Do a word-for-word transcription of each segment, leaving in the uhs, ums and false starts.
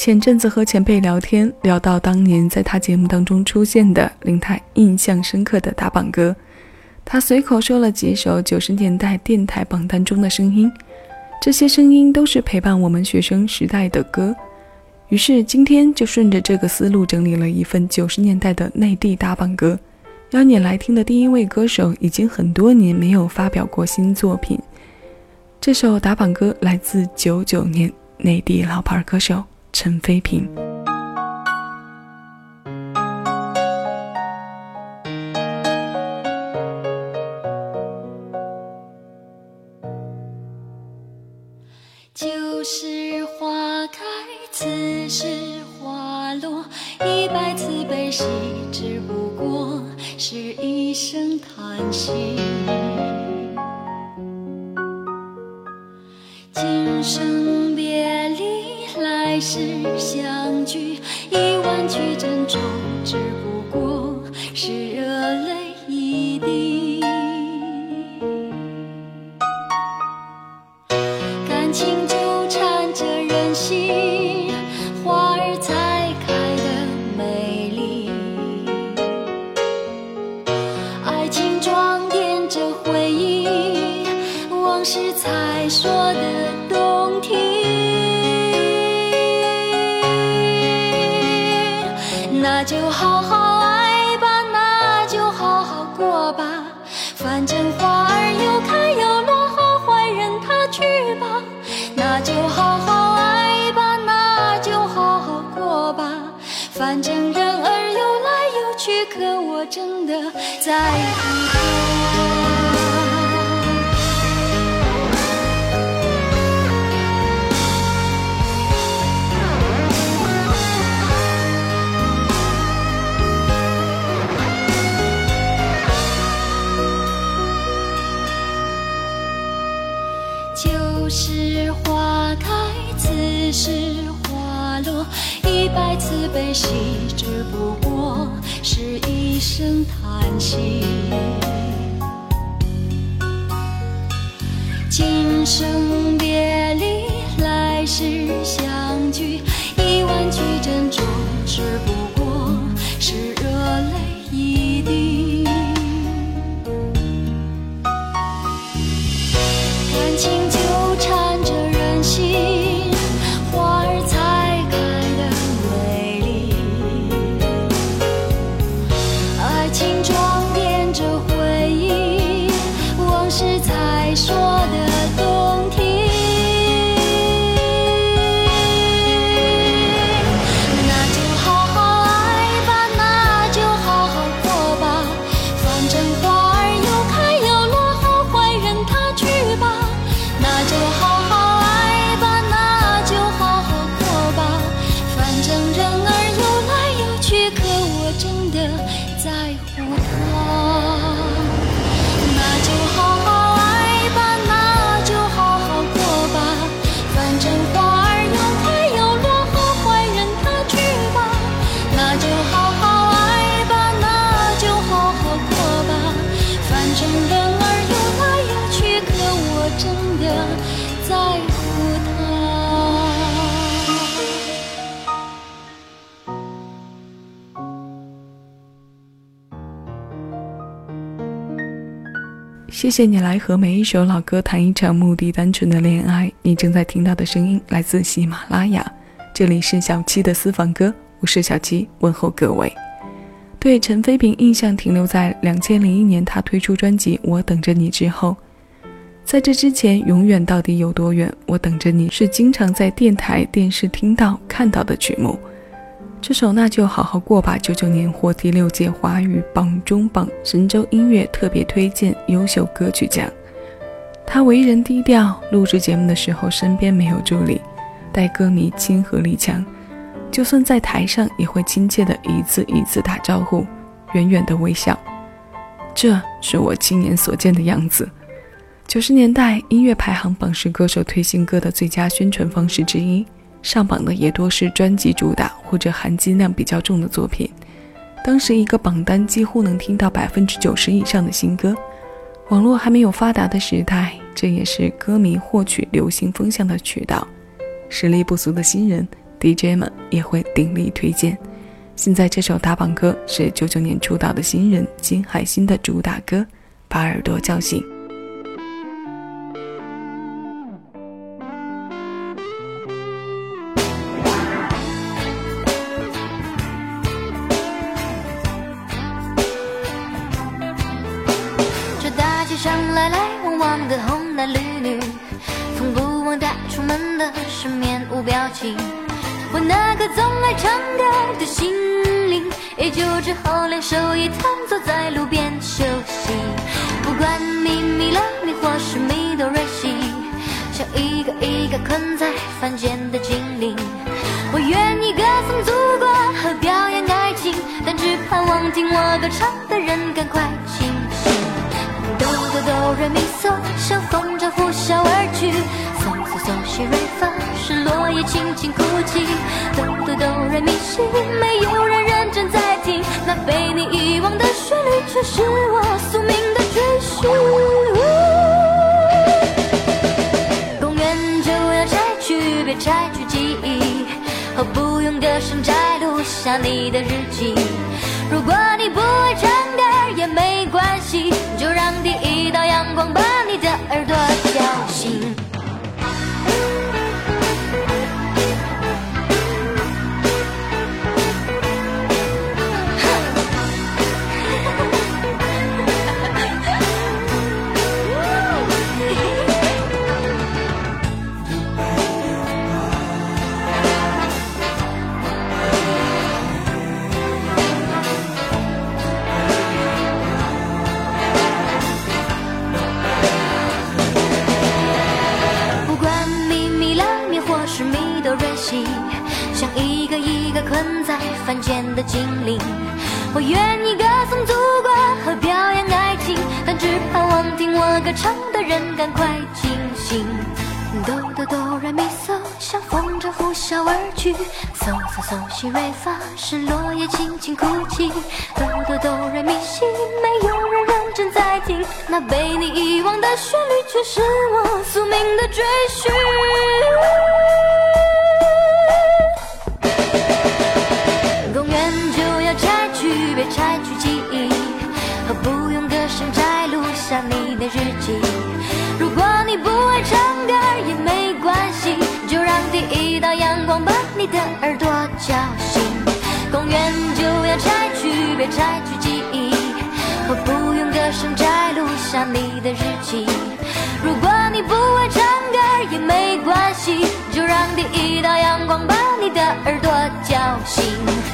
前阵子和前辈聊天，聊到当年在他节目当中出现的令他印象深刻的打榜歌，他随口说了几首九十年代电台榜单中的声音，这些声音都是陪伴我们学生时代的歌。于是今天就顺着这个思路整理了一份九十年代的内地打榜歌。邀你来听的第一位歌手已经很多年没有发表过新作品，这首打榜歌来自九九年内地老牌歌手陈飞平。 旧时花开，此时花落，一百次悲喜，只不过是一声叹息。今生别离，来世相聚，一万句珍重，只不过是热泪一滴。感情纠缠着人心，花儿才开得美丽，爱情装点着回忆，往事才说得动听。那就好好爱吧，那就好好过吧，反正花儿有开有落，好坏任它去吧。那就好好爱吧，那就好好过吧，反正人儿有来有去，可我真的在乎它。旧时花开，此时花落，一百次悲喜，只不过是一声叹息。今生别离，来世相聚，一万句珍重，只不过是热泪一滴。感情纠缠着人心，花儿才开得美丽，爱情装点着回忆，往事才说得动听。那就好好爱吧，那就好好过吧，反正花儿有开有落，好坏任它去吧。那就好好爱吧，那就好好过吧，反正人儿有来有去，可我真的在乎它。那就好好爱吧，那就好好过吧，反正花儿有开有落，好坏任它去吧。那就好好爱吧，那就好好过吧，反正人儿有来有去，可我真的在乎它。 谢谢你来和每一首老歌谈一场目的单纯的恋爱。你正在听到的声音来自喜马拉雅，这里是小七的私房歌，我是小七，问候各位。对陈飞平印象停留在二零零一年他推出专辑《我等着你》之后，在这之前永远到底有多远，我等着你是经常在电台电视听到看到的曲目。这首那就好好过吧九九年获第六届华语榜中榜神州音乐特别推荐优秀歌曲奖。他为人低调，录制节目的时候身边没有助理，待歌迷亲和力强，就算在台上也会亲切的一字一字打招呼，远远的微笑。这是我亲眼所见的样子。九十年代音乐排行榜是歌手推新歌的最佳宣传方式之一，上榜的也多是专辑主打或者含金量比较重的作品。当时一个榜单几乎能听到百分之九十以上的新歌。网络还没有发达的时代，这也是歌迷获取流行风向的渠道。实力不俗的新人 D J 们也会鼎力推荐。现在这首打榜歌是九九年出道的新人金海心的主打歌《把耳朵叫醒》。 这大街上来来往往的红男绿女，从不忘带出门的是面无表情。我那颗总爱唱歌的心灵，也就只好两手一摊坐在路边休息。不管咪咪啦咪或是咪哆瑞西，像一个一个困在凡间的精灵。我愿意歌颂祖国和表演爱情，但只盼望听我歌唱的人赶快清醒。哆哆哆瑞咪嗦，像风筝呼啸而去。嗦嗦嗦西瑞发，是落叶轻轻哭泣。哆哆哆瑞咪西，没有人认真在听，那被你遗忘的旋律，却是我宿命的追寻。公园就要拆去，别拆去记忆，和不用歌声摘录下你的日记。如果你不会唱歌也没关系，就让第一道阳光把你的耳朵叫醒。像一个一个困在凡间的精灵，我愿意歌颂祖国和表演爱情，但只盼望听我歌唱的人赶快清醒。哆哆哆来咪嗦，像风筝呼啸而去。嗦嗦嗦西瑞发，是落叶轻轻哭泣。哆哆哆来咪西，没有人认真在听，那被你遗忘的旋律，却是我宿命的追寻。公园就要拆去，别拆去记忆，和不用歌声摘录下你的日记。如果你不会唱歌也没关系，就让第一道阳光把你的耳朵叫醒。公园就要拆去，别拆去记忆，和不用歌声摘录下你的日记。如果你不会唱歌也没关系，就让第一道阳光把你的耳朵叫醒。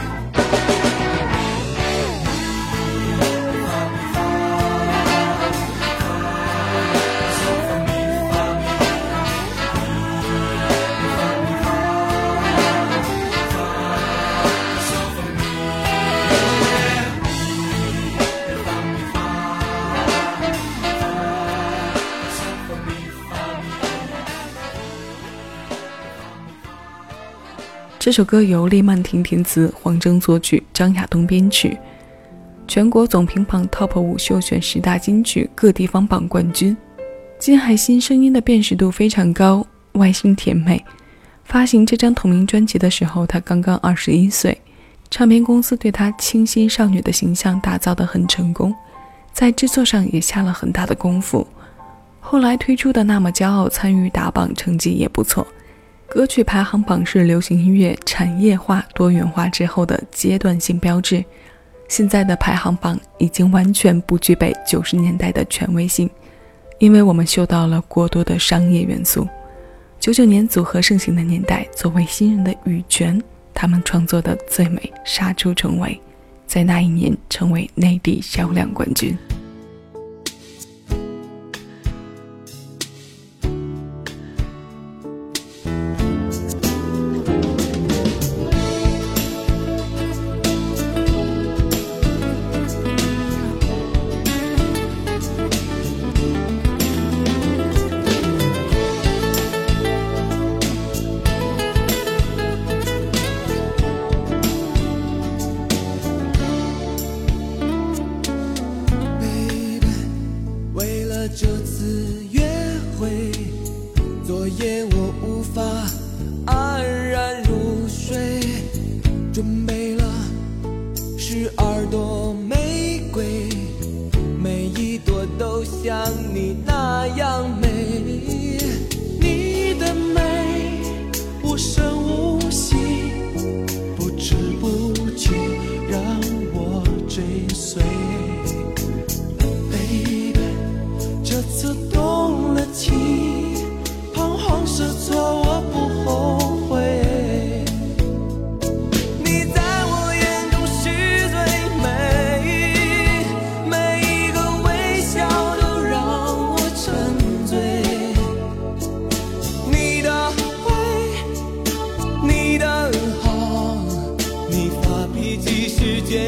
这首歌由厉曼婷填词，黄铮作曲，张亚东编曲。全国总评榜 Top 五秀选十大金曲各地方榜冠军。金海心声音的辨识度非常高，外形甜美。发行这张同名专辑的时候，她刚刚二十一岁，唱片公司对她清新少女的形象打造得很成功，在制作上也下了很大的功夫。后来推出的那么骄傲参与打榜，成绩也不错。歌曲排行榜是流行音乐产业化多元化之后的阶段性标志，现在的排行榜已经完全不具备九十年代的权威性，因为我们嗅到了过多的商业元素。九九年组合盛行的年代，作为新人的羽泉，他们创作的最美杀出重围，在那一年成为内地销量冠军。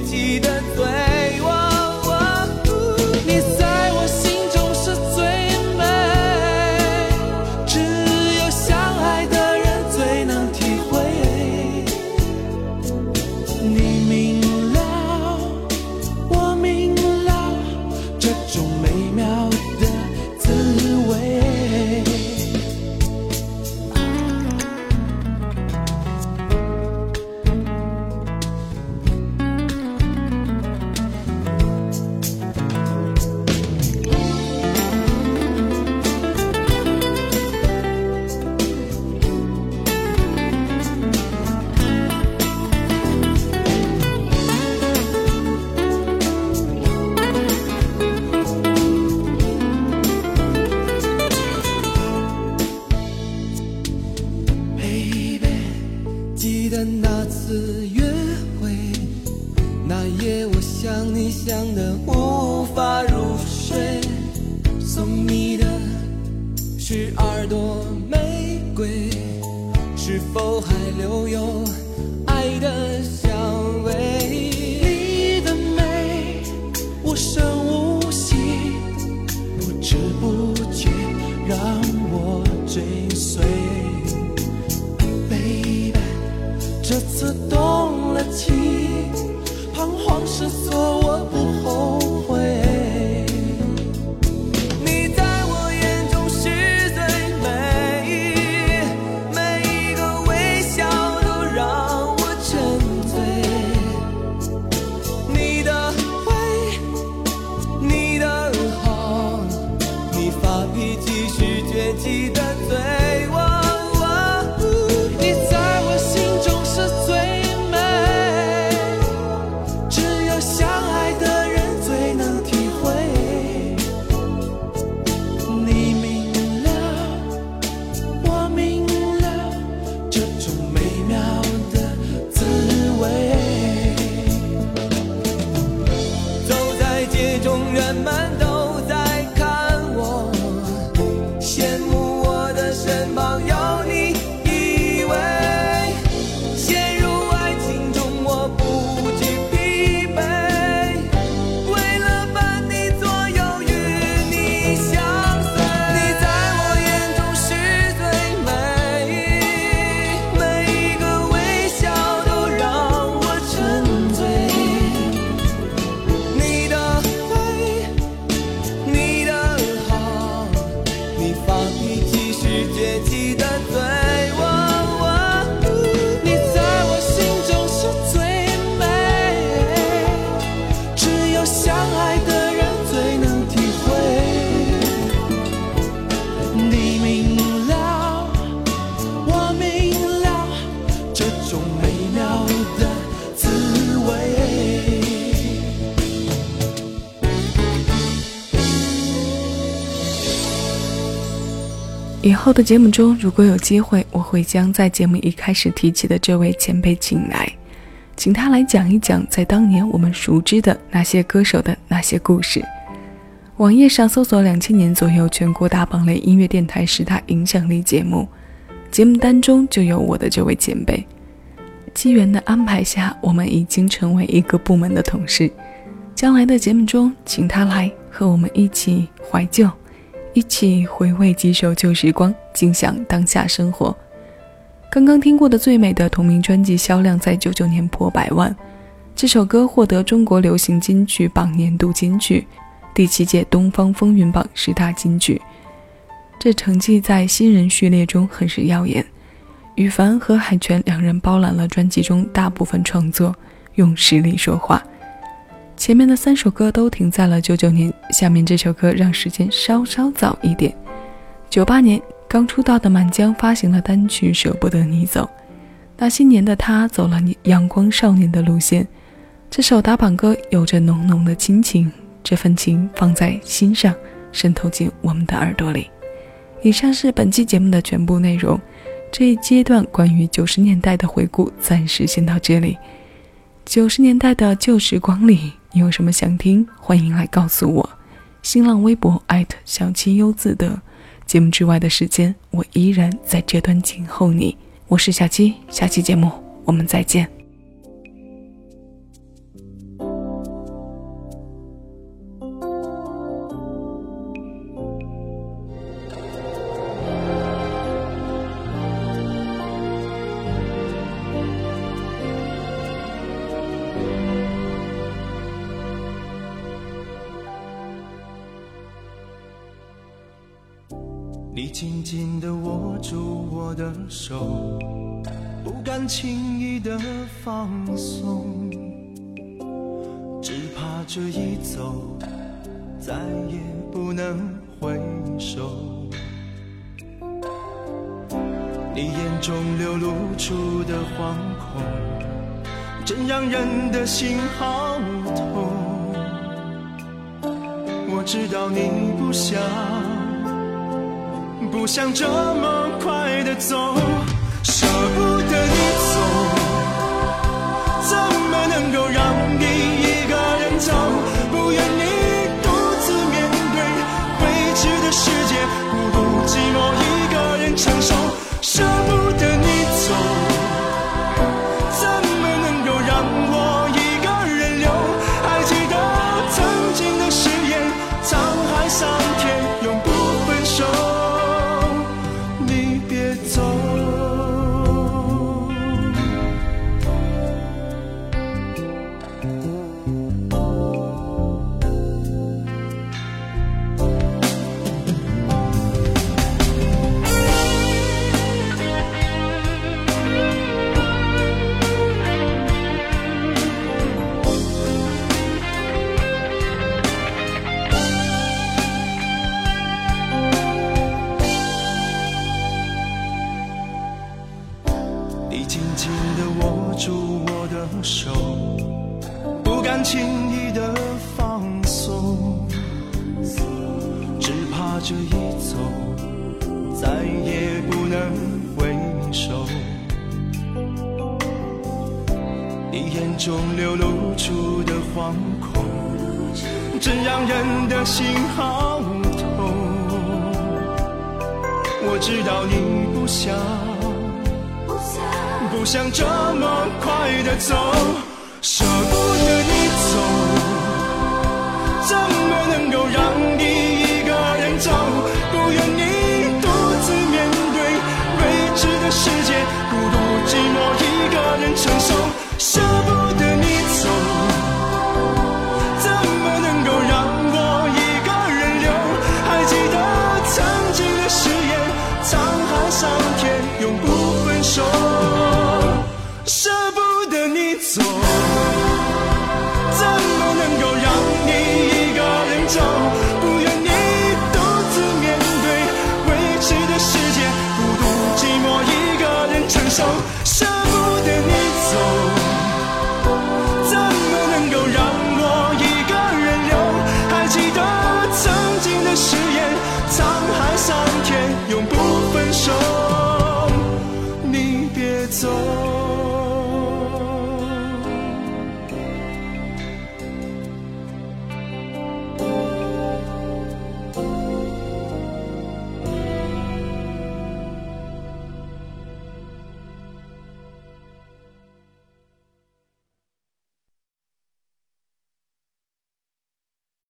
迹的罪。哦哦你在我心中是最美，只有相爱的人最能体会。你明了，我明了，这种美妙的滋味。记得那次约会，那夜我想你想得无法入睡，送你的是耳朵玫瑰，是否还留有爱的香味？你的美无声无息，不知不觉让我追随。这次动了情，彷徨失措我不后悔。你在我眼中是最美，每一个微笑都让我沉醉。你的慧，你的好，你发脾气是倔气的嘴。人们都在看我，羡慕我的身旁有你依偎，陷入爱情中我不惧疲惫，为了伴你左右与你相随。你在我眼中是最美，每一个微笑都让我沉醉。你的倔气的嘴。哦哦你在我心中是最美，只有相爱的人最能体会。你明了，我明了，这种美妙的滋味。 以后的节目中，如果有机会，我会将在节目一开始提起的这位前辈请来，请他来讲一讲在当年我们熟知的那些歌手的那些故事。网页上搜索两千年左右全国大榜类音乐电台十大影响力节目，节目单中就有我的这位前辈。机缘的安排下，我们已经成为一个部门的同事。将来的节目中，请他来和我们一起怀旧，一起回味几首旧时光，尽享当下生活。刚刚听过的最美的同名专辑销量在九九年破百万，这首歌获得中国流行金曲榜年度金曲，第七届东方风云榜十大金曲，这成绩在新人序列中很是耀眼。羽凡和海泉两人包揽了专辑中大部分创作，用实力说话。前面的三首歌都停在了九九年，下面这首歌让时间稍稍早一点。九八年刚出道的满江发行了单曲《舍不得你走》，那些年的他走了阳光少年的路线。这首打榜歌有着浓浓的亲情，这份情放在心上，渗透进我们的耳朵里。以上是本期节目的全部内容，这一阶段关于九十年代的回顾暂时先到这里。九十年代的旧时光里，你有什么想听？欢迎来告诉我。新浪微博艾特小七优自得。节目之外的时间，我依然在这端静候你。我是小七，下期节目我们再见。 你紧紧地握住我的手，不敢轻易地放松，只怕这一走再也不能回首。你眼中流露出的惶恐，真让人的心好痛。我知道你不想不想这么快的走，舍不得你走，怎么能够让你一个人走？不愿你独自面对未知的世界，孤独寂寞一个人承受。舍不得你走，怎么能够让我一个人留？还记得曾经的誓言，沧海桑田永不分手。你别走，你紧紧地握住我的手，不敢轻易地放松，只怕这一走再也不能回首。你眼中流露出的惶恐，真让人的心好痛。我知道你不想不想这么快的走，舍不得你走，怎么能够让你一个人走？不愿你独自面对未知的世界，孤独寂寞一个人承受。舍不得你走，怎么能够让我一个人留？还记得曾经的誓言，沧海桑田永不分手。舍不得你走，怎么能够让你一个人走？不愿你独自面对未知的世界，孤独寂寞一个人承受。